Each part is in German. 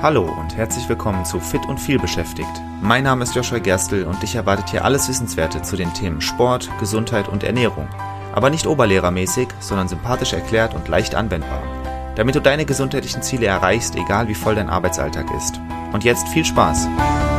Hallo und herzlich willkommen zu Fit und viel beschäftigt. Mein Name ist Joshua Gerstl und dich erwartet hier alles Wissenswerte zu den Themen Sport, Gesundheit und Ernährung. Aber nicht oberlehrermäßig, sondern sympathisch erklärt und leicht anwendbar. Damit du deine gesundheitlichen Ziele erreichst, egal wie voll dein Arbeitsalltag ist. Und jetzt viel Spaß!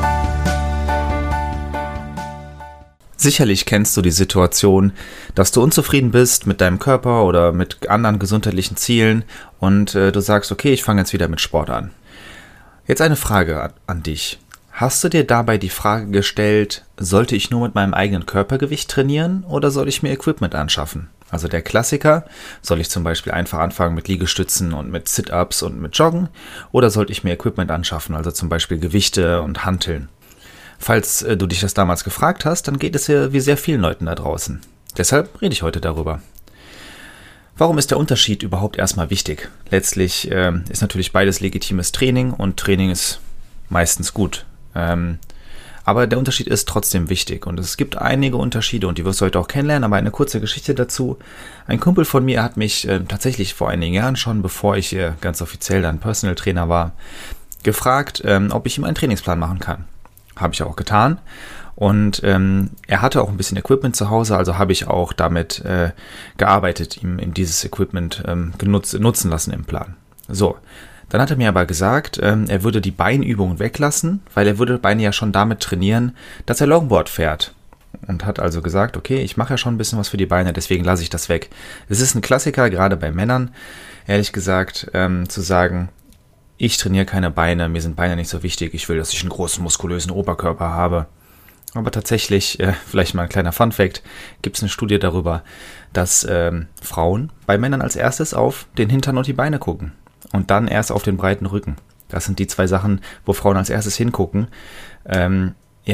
Sicherlich kennst du die Situation, dass du unzufrieden bist mit deinem Körper oder mit anderen gesundheitlichen Zielen und du sagst, okay, ich fange jetzt wieder mit Sport an. Jetzt eine Frage an dich. Hast du dir dabei die Frage gestellt, sollte ich nur mit meinem eigenen Körpergewicht trainieren oder soll ich mir Equipment anschaffen? Also der Klassiker, soll ich zum Beispiel einfach anfangen mit Liegestützen und mit Sit-Ups und mit Joggen oder sollte ich mir Equipment anschaffen, also zum Beispiel Gewichte und Hanteln? Falls du dich das damals gefragt hast, dann geht es ja wie sehr vielen Leuten da draußen. Deshalb rede ich heute darüber. Warum ist der Unterschied überhaupt erstmal wichtig? Letztlich ist natürlich beides legitimes Training und Training ist meistens gut. Aber der Unterschied ist trotzdem wichtig und es gibt einige Unterschiede und die wirst du heute auch kennenlernen, aber eine kurze Geschichte dazu. Ein Kumpel von mir hat mich tatsächlich vor einigen Jahren schon, bevor ich ganz offiziell dann Personal Trainer war, gefragt, ob ich ihm einen Trainingsplan machen kann. Habe ich auch getan und er hatte auch ein bisschen Equipment zu Hause, also habe ich auch damit gearbeitet, ihm dieses Equipment nutzen lassen im Plan. So, dann hat er mir aber gesagt, er würde die Beinübungen weglassen, weil er würde Beine ja schon damit trainieren, dass er Longboard fährt. Und hat also gesagt, okay, ich mache ja schon ein bisschen was für die Beine, deswegen lasse ich das weg. Es ist ein Klassiker, gerade bei Männern, ehrlich gesagt, zu sagen, ich trainiere keine Beine, mir sind Beine nicht so wichtig, ich will, dass ich einen großen, muskulösen Oberkörper habe. Aber tatsächlich, vielleicht mal ein kleiner Funfact, gibt es eine Studie darüber, dass Frauen bei Männern als erstes auf den Hintern und die Beine gucken und dann erst auf den breiten Rücken. Das sind die zwei Sachen, wo Frauen als erstes hingucken. Wenn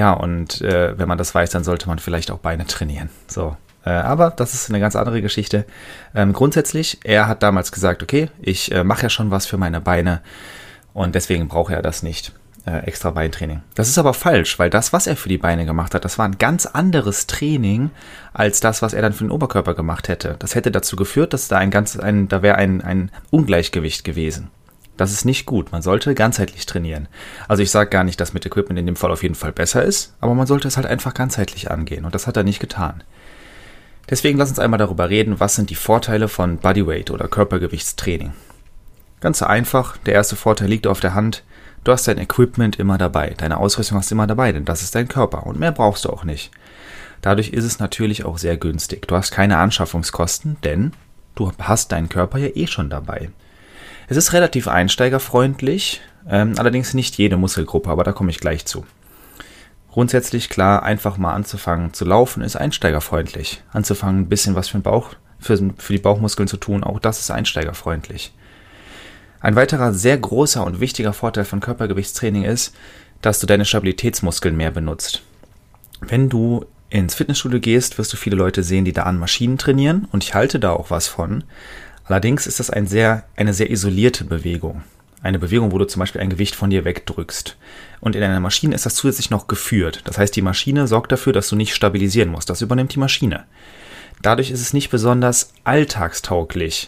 man das weiß, dann sollte man vielleicht auch Beine trainieren. So. Aber das ist eine ganz andere Geschichte. Grundsätzlich, er hat damals gesagt, okay, ich mache ja schon was für meine Beine und deswegen braucht er das nicht, extra Beintraining. Das ist aber falsch, weil das, was er für die Beine gemacht hat, das war ein ganz anderes Training als das, was er dann für den Oberkörper gemacht hätte. Das hätte dazu geführt, dass da wäre ein Ungleichgewicht gewesen. Das ist nicht gut. Man sollte ganzheitlich trainieren. Also ich sage gar nicht, dass mit Equipment in dem Fall auf jeden Fall besser ist, aber man sollte es halt einfach ganzheitlich angehen und das hat er nicht getan. Deswegen lass uns einmal darüber reden, was sind die Vorteile von Bodyweight oder Körpergewichtstraining. Ganz einfach, der erste Vorteil liegt auf der Hand, du hast dein Equipment immer dabei, deine Ausrüstung hast du immer dabei, denn das ist dein Körper und mehr brauchst du auch nicht. Dadurch ist es natürlich auch sehr günstig, du hast keine Anschaffungskosten, denn du hast deinen Körper ja eh schon dabei. Es ist relativ einsteigerfreundlich, allerdings nicht jede Muskelgruppe, aber da komme ich gleich zu. Grundsätzlich klar, einfach mal anzufangen zu laufen ist einsteigerfreundlich. Anzufangen ein bisschen was für die Bauchmuskeln zu tun, auch das ist einsteigerfreundlich. Ein weiterer sehr großer und wichtiger Vorteil von Körpergewichtstraining ist, dass du deine Stabilitätsmuskeln mehr benutzt. Wenn du ins Fitnessstudio gehst, wirst du viele Leute sehen, die da an Maschinen trainieren und ich halte da auch was von. Allerdings ist das eine sehr isolierte Bewegung. Eine Bewegung, wo du zum Beispiel ein Gewicht von dir wegdrückst. Und in einer Maschine ist das zusätzlich noch geführt. Das heißt, die Maschine sorgt dafür, dass du nicht stabilisieren musst. Das übernimmt die Maschine. Dadurch ist es nicht besonders alltagstauglich.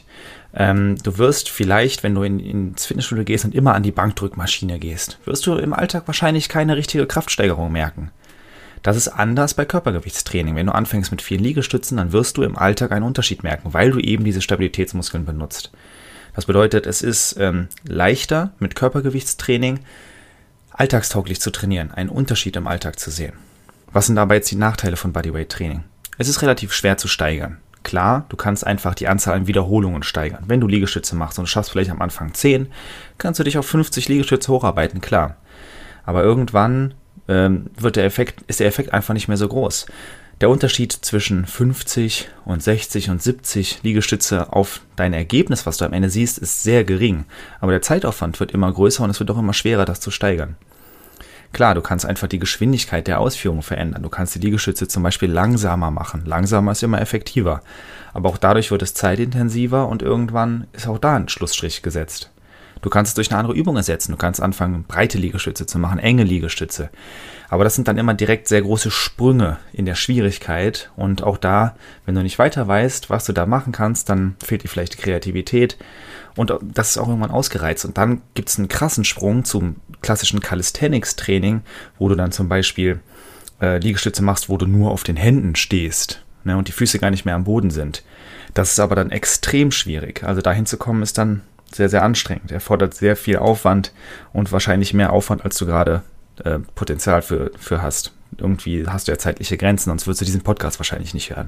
Du wirst vielleicht, wenn du ins Fitnessstudio gehst und immer an die Bankdrückmaschine gehst, wirst du im Alltag wahrscheinlich keine richtige Kraftsteigerung merken. Das ist anders bei Körpergewichtstraining. Wenn du anfängst mit vielen Liegestützen, dann wirst du im Alltag einen Unterschied merken, weil du eben diese Stabilitätsmuskeln benutzt. Das bedeutet, es ist leichter mit Körpergewichtstraining alltagstauglich zu trainieren, einen Unterschied im Alltag zu sehen. Was sind dabei jetzt die Nachteile von Bodyweight-Training? Es ist relativ schwer zu steigern. Klar, du kannst einfach die Anzahl an Wiederholungen steigern. Wenn du Liegestütze machst und du schaffst vielleicht am Anfang 10, kannst du dich auf 50 Liegestütze hocharbeiten, klar. Aber irgendwann ist der Effekt einfach nicht mehr so groß. Der Unterschied zwischen 50 und 60 und 70 Liegestütze auf dein Ergebnis, was du am Ende siehst, ist sehr gering. Aber der Zeitaufwand wird immer größer und es wird auch immer schwerer, das zu steigern. Klar, du kannst einfach die Geschwindigkeit der Ausführung verändern. Du kannst die Liegestütze zum Beispiel langsamer machen. Langsamer ist immer effektiver. Aber auch dadurch wird es zeitintensiver und irgendwann ist auch da ein Schlussstrich gesetzt. Du kannst es durch eine andere Übung ersetzen. Du kannst anfangen, breite Liegestütze zu machen, enge Liegestütze. Aber das sind dann immer direkt sehr große Sprünge in der Schwierigkeit. Und auch da, wenn du nicht weiter weißt, was du da machen kannst, dann fehlt dir vielleicht die Kreativität. Und das ist auch irgendwann ausgereizt. Und dann gibt es einen krassen Sprung zum klassischen Calisthenics-Training, wo du dann zum Beispiel Liegestütze machst, wo du nur auf den Händen stehst, ne, und die Füße gar nicht mehr am Boden sind. Das ist aber dann extrem schwierig. Also dahin zu kommen, ist dann sehr, sehr anstrengend. Erfordert sehr viel Aufwand und wahrscheinlich mehr Aufwand, als du gerade Potenzial für hast. Irgendwie hast du ja zeitliche Grenzen, sonst würdest du diesen Podcast wahrscheinlich nicht hören.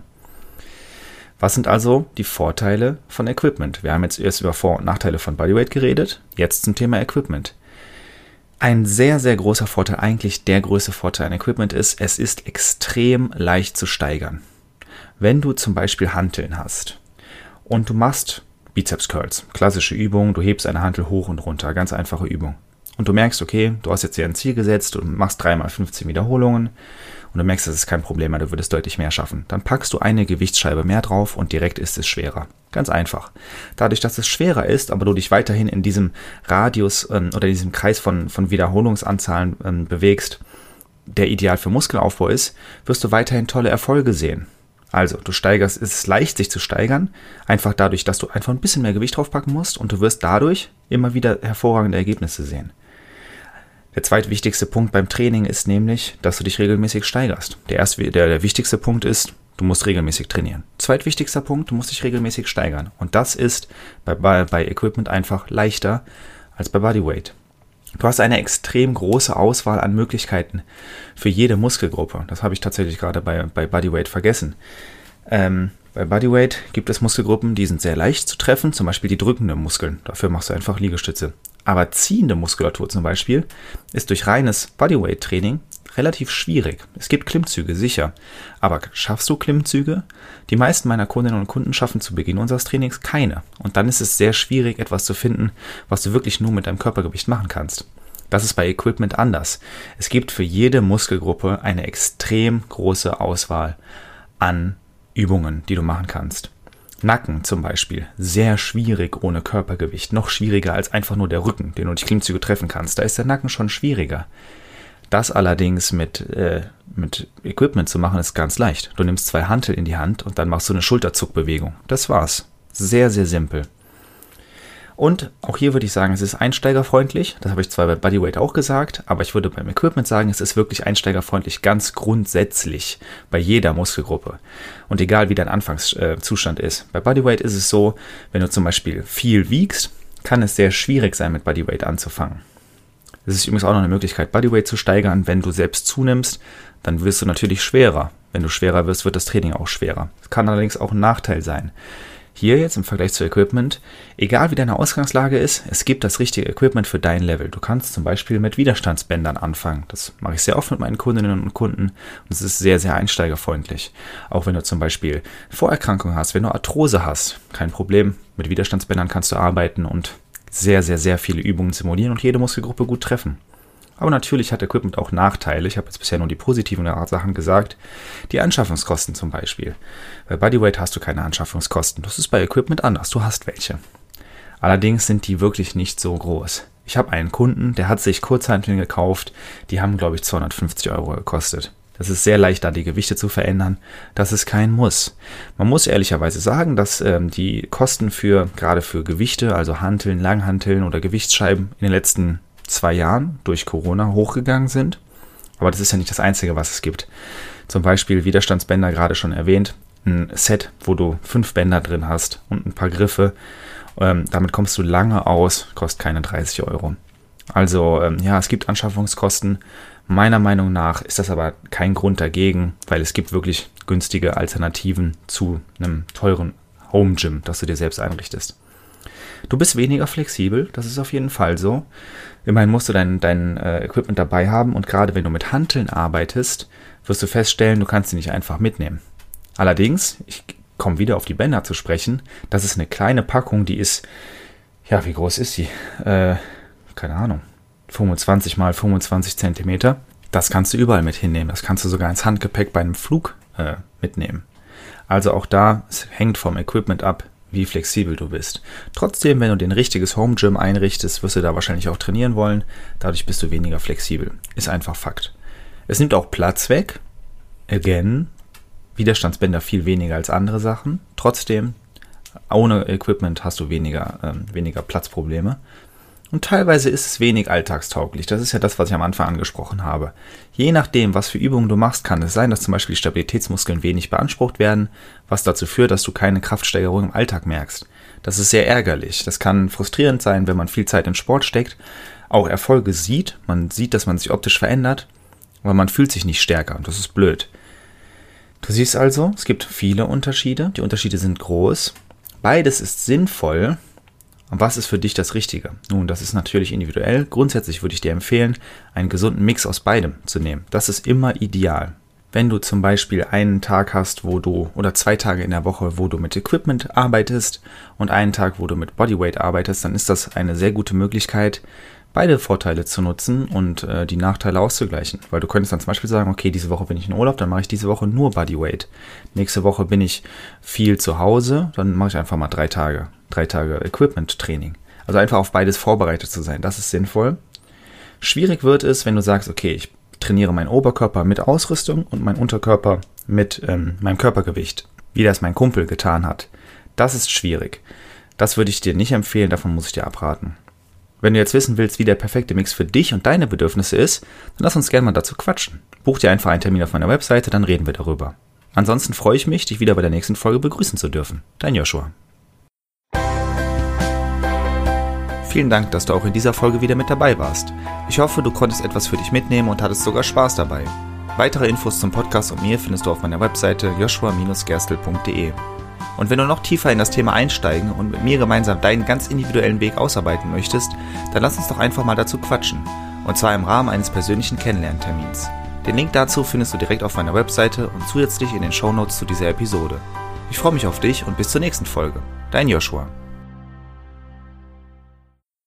Was sind also die Vorteile von Equipment? Wir haben jetzt erst über Vor- und Nachteile von Bodyweight geredet, jetzt zum Thema Equipment. Ein sehr, sehr großer Vorteil, eigentlich der größte Vorteil an Equipment ist, es ist extrem leicht zu steigern. Wenn du zum Beispiel Hanteln hast und du machst Bizeps Curls, klassische Übung, du hebst eine Hantel hoch und runter, ganz einfache Übung. Und du merkst, okay, du hast jetzt hier ein Ziel gesetzt und machst 3x15 Wiederholungen und du merkst, das ist kein Problem mehr, du würdest deutlich mehr schaffen. Dann packst du eine Gewichtsscheibe mehr drauf und direkt ist es schwerer. Ganz einfach. Dadurch, dass es schwerer ist, aber du dich weiterhin in diesem Radius oder in diesem Kreis von Wiederholungsanzahlen bewegst, der ideal für Muskelaufbau ist, wirst du weiterhin tolle Erfolge sehen. Also, es ist leicht, sich zu steigern, einfach dadurch, dass du einfach ein bisschen mehr Gewicht draufpacken musst und du wirst dadurch immer wieder hervorragende Ergebnisse sehen. Der zweitwichtigste Punkt beim Training ist nämlich, dass du dich regelmäßig steigerst. Der wichtigste Punkt ist, du musst regelmäßig trainieren. Zweitwichtigster Punkt, du musst dich regelmäßig steigern. Und das ist bei Equipment einfach leichter als bei Bodyweight. Du hast eine extrem große Auswahl an Möglichkeiten für jede Muskelgruppe. Das habe ich tatsächlich gerade bei Bodyweight vergessen. Bei Bodyweight gibt es Muskelgruppen, die sind sehr leicht zu treffen, zum Beispiel die drückenden Muskeln. Dafür machst du einfach Liegestütze. Aber ziehende Muskulatur zum Beispiel ist durch reines Bodyweight-Training relativ schwierig. Es gibt Klimmzüge, sicher. Aber schaffst du Klimmzüge? Die meisten meiner Kundinnen und Kunden schaffen zu Beginn unseres Trainings keine. Und dann ist es sehr schwierig, etwas zu finden, was du wirklich nur mit deinem Körpergewicht machen kannst. Das ist bei Equipment anders. Es gibt für jede Muskelgruppe eine extrem große Auswahl an Übungen, die du machen kannst. Nacken zum Beispiel, sehr schwierig ohne Körpergewicht, noch schwieriger als einfach nur der Rücken, den du durch Klimmzüge treffen kannst. Da ist der Nacken schon schwieriger. Das allerdings mit Equipment zu machen, ist ganz leicht. Du nimmst 2 Hanteln in die Hand und dann machst du eine Schulterzuckbewegung. Das war's. Sehr, sehr simpel. Und auch hier würde ich sagen, es ist einsteigerfreundlich. Das habe ich zwar bei Bodyweight auch gesagt, aber ich würde beim Equipment sagen, es ist wirklich einsteigerfreundlich ganz grundsätzlich bei jeder Muskelgruppe. Und egal wie dein Anfangszustand ist. Bei Bodyweight ist es so, wenn du zum Beispiel viel wiegst, kann es sehr schwierig sein, mit Bodyweight anzufangen. Es ist übrigens auch noch eine Möglichkeit, Bodyweight zu steigern. Wenn du selbst zunimmst, dann wirst du natürlich schwerer. Wenn du schwerer wirst, wird das Training auch schwerer. Das kann allerdings auch ein Nachteil sein. Hier jetzt im Vergleich zu Equipment, egal wie deine Ausgangslage ist, es gibt das richtige Equipment für dein Level. Du kannst zum Beispiel mit Widerstandsbändern anfangen. Das mache ich sehr oft mit meinen Kundinnen und Kunden und es ist sehr, sehr einsteigerfreundlich. Auch wenn du zum Beispiel Vorerkrankungen hast, wenn du Arthrose hast, kein Problem. Mit Widerstandsbändern kannst du arbeiten und sehr, sehr, sehr viele Übungen simulieren und jede Muskelgruppe gut treffen. Aber natürlich hat Equipment auch Nachteile. Ich habe jetzt bisher nur die positiven Sachen gesagt. Die Anschaffungskosten zum Beispiel. Bei Bodyweight hast du keine Anschaffungskosten. Das ist bei Equipment anders. Du hast welche. Allerdings sind die wirklich nicht so groß. Ich habe einen Kunden, der hat sich Kurzhanteln gekauft. Die haben, glaube ich, 250 € gekostet. Das ist sehr leicht, da die Gewichte zu verändern. Das ist kein Muss. Man muss ehrlicherweise sagen, dass die Kosten gerade für Gewichte, also Hanteln, Langhanteln oder Gewichtsscheiben in den letzten 2 Jahren durch Corona hochgegangen sind. Aber das ist ja nicht das Einzige, was es gibt. Zum Beispiel Widerstandsbänder, gerade schon erwähnt. Ein Set, wo du 5 Bänder drin hast und ein paar Griffe. Damit kommst du lange aus, kostet keine 30 €. Also ja, es gibt Anschaffungskosten. Meiner Meinung nach ist das aber kein Grund dagegen, weil es gibt wirklich günstige Alternativen zu einem teuren Home Gym, das du dir selbst einrichtest. Du bist weniger flexibel, das ist auf jeden Fall so. Immerhin musst du dein Equipment dabei haben und gerade wenn du mit Hanteln arbeitest, wirst du feststellen, du kannst sie nicht einfach mitnehmen. Allerdings, ich komme wieder auf die Bänder zu sprechen, das ist eine kleine Packung, die ist, ja, wie groß ist sie? Keine Ahnung, 25 x 25 cm. Das kannst du überall mit hinnehmen, das kannst du sogar ins Handgepäck bei einem Flug mitnehmen. Also auch da, es hängt vom Equipment ab, wie flexibel du bist. Trotzdem, wenn du dir ein richtiges Home Gym einrichtest, wirst du da wahrscheinlich auch trainieren wollen. Dadurch bist du weniger flexibel. Ist einfach Fakt. Es nimmt auch Platz weg. Again, Widerstandsbänder viel weniger als andere Sachen. Trotzdem, ohne Equipment hast du weniger Platzprobleme. Und teilweise ist es wenig alltagstauglich. Das ist ja das, was ich am Anfang angesprochen habe. Je nachdem, was für Übungen du machst, kann es sein, dass zum Beispiel die Stabilitätsmuskeln wenig beansprucht werden, was dazu führt, dass du keine Kraftsteigerung im Alltag merkst. Das ist sehr ärgerlich. Das kann frustrierend sein, wenn man viel Zeit in Sport steckt, auch Erfolge sieht. Man sieht, dass man sich optisch verändert, aber man fühlt sich nicht stärker. Das ist blöd. Du siehst also, es gibt viele Unterschiede. Die Unterschiede sind groß. Beides ist sinnvoll. Und was ist für dich das Richtige? Nun, das ist natürlich individuell. Grundsätzlich würde ich dir empfehlen, einen gesunden Mix aus beidem zu nehmen. Das ist immer ideal. Wenn du zum Beispiel einen Tag hast, oder 2 Tage in der Woche, wo du mit Equipment arbeitest und einen Tag, wo du mit Bodyweight arbeitest, dann ist das eine sehr gute Möglichkeit, beide Vorteile zu nutzen und die Nachteile auszugleichen. Weil du könntest dann zum Beispiel sagen, okay, diese Woche bin ich in Urlaub, dann mache ich diese Woche nur Bodyweight. Nächste Woche bin ich viel zu Hause, dann mache ich einfach mal 3 Tage Equipment-Training. Also einfach auf beides vorbereitet zu sein, das ist sinnvoll. Schwierig wird es, wenn du sagst, okay, ich trainiere meinen Oberkörper mit Ausrüstung und meinen Unterkörper mit meinem Körpergewicht, wie das mein Kumpel getan hat. Das ist schwierig. Das würde ich dir nicht empfehlen, davon muss ich dir abraten. Wenn du jetzt wissen willst, wie der perfekte Mix für dich und deine Bedürfnisse ist, dann lass uns gerne mal dazu quatschen. Buch dir einfach einen Termin auf meiner Webseite, dann reden wir darüber. Ansonsten freue ich mich, dich wieder bei der nächsten Folge begrüßen zu dürfen. Dein Joshua. Vielen Dank, dass du auch in dieser Folge wieder mit dabei warst. Ich hoffe, du konntest etwas für dich mitnehmen und hattest sogar Spaß dabei. Weitere Infos zum Podcast und mir findest du auf meiner Webseite joshua-gerstl.de. Und wenn du noch tiefer in das Thema einsteigen und mit mir gemeinsam deinen ganz individuellen Weg ausarbeiten möchtest, dann lass uns doch einfach mal dazu quatschen. Und zwar im Rahmen eines persönlichen Kennenlerntermins. Den Link dazu findest du direkt auf meiner Webseite und zusätzlich in den Shownotes zu dieser Episode. Ich freue mich auf dich und bis zur nächsten Folge. Dein Joshua.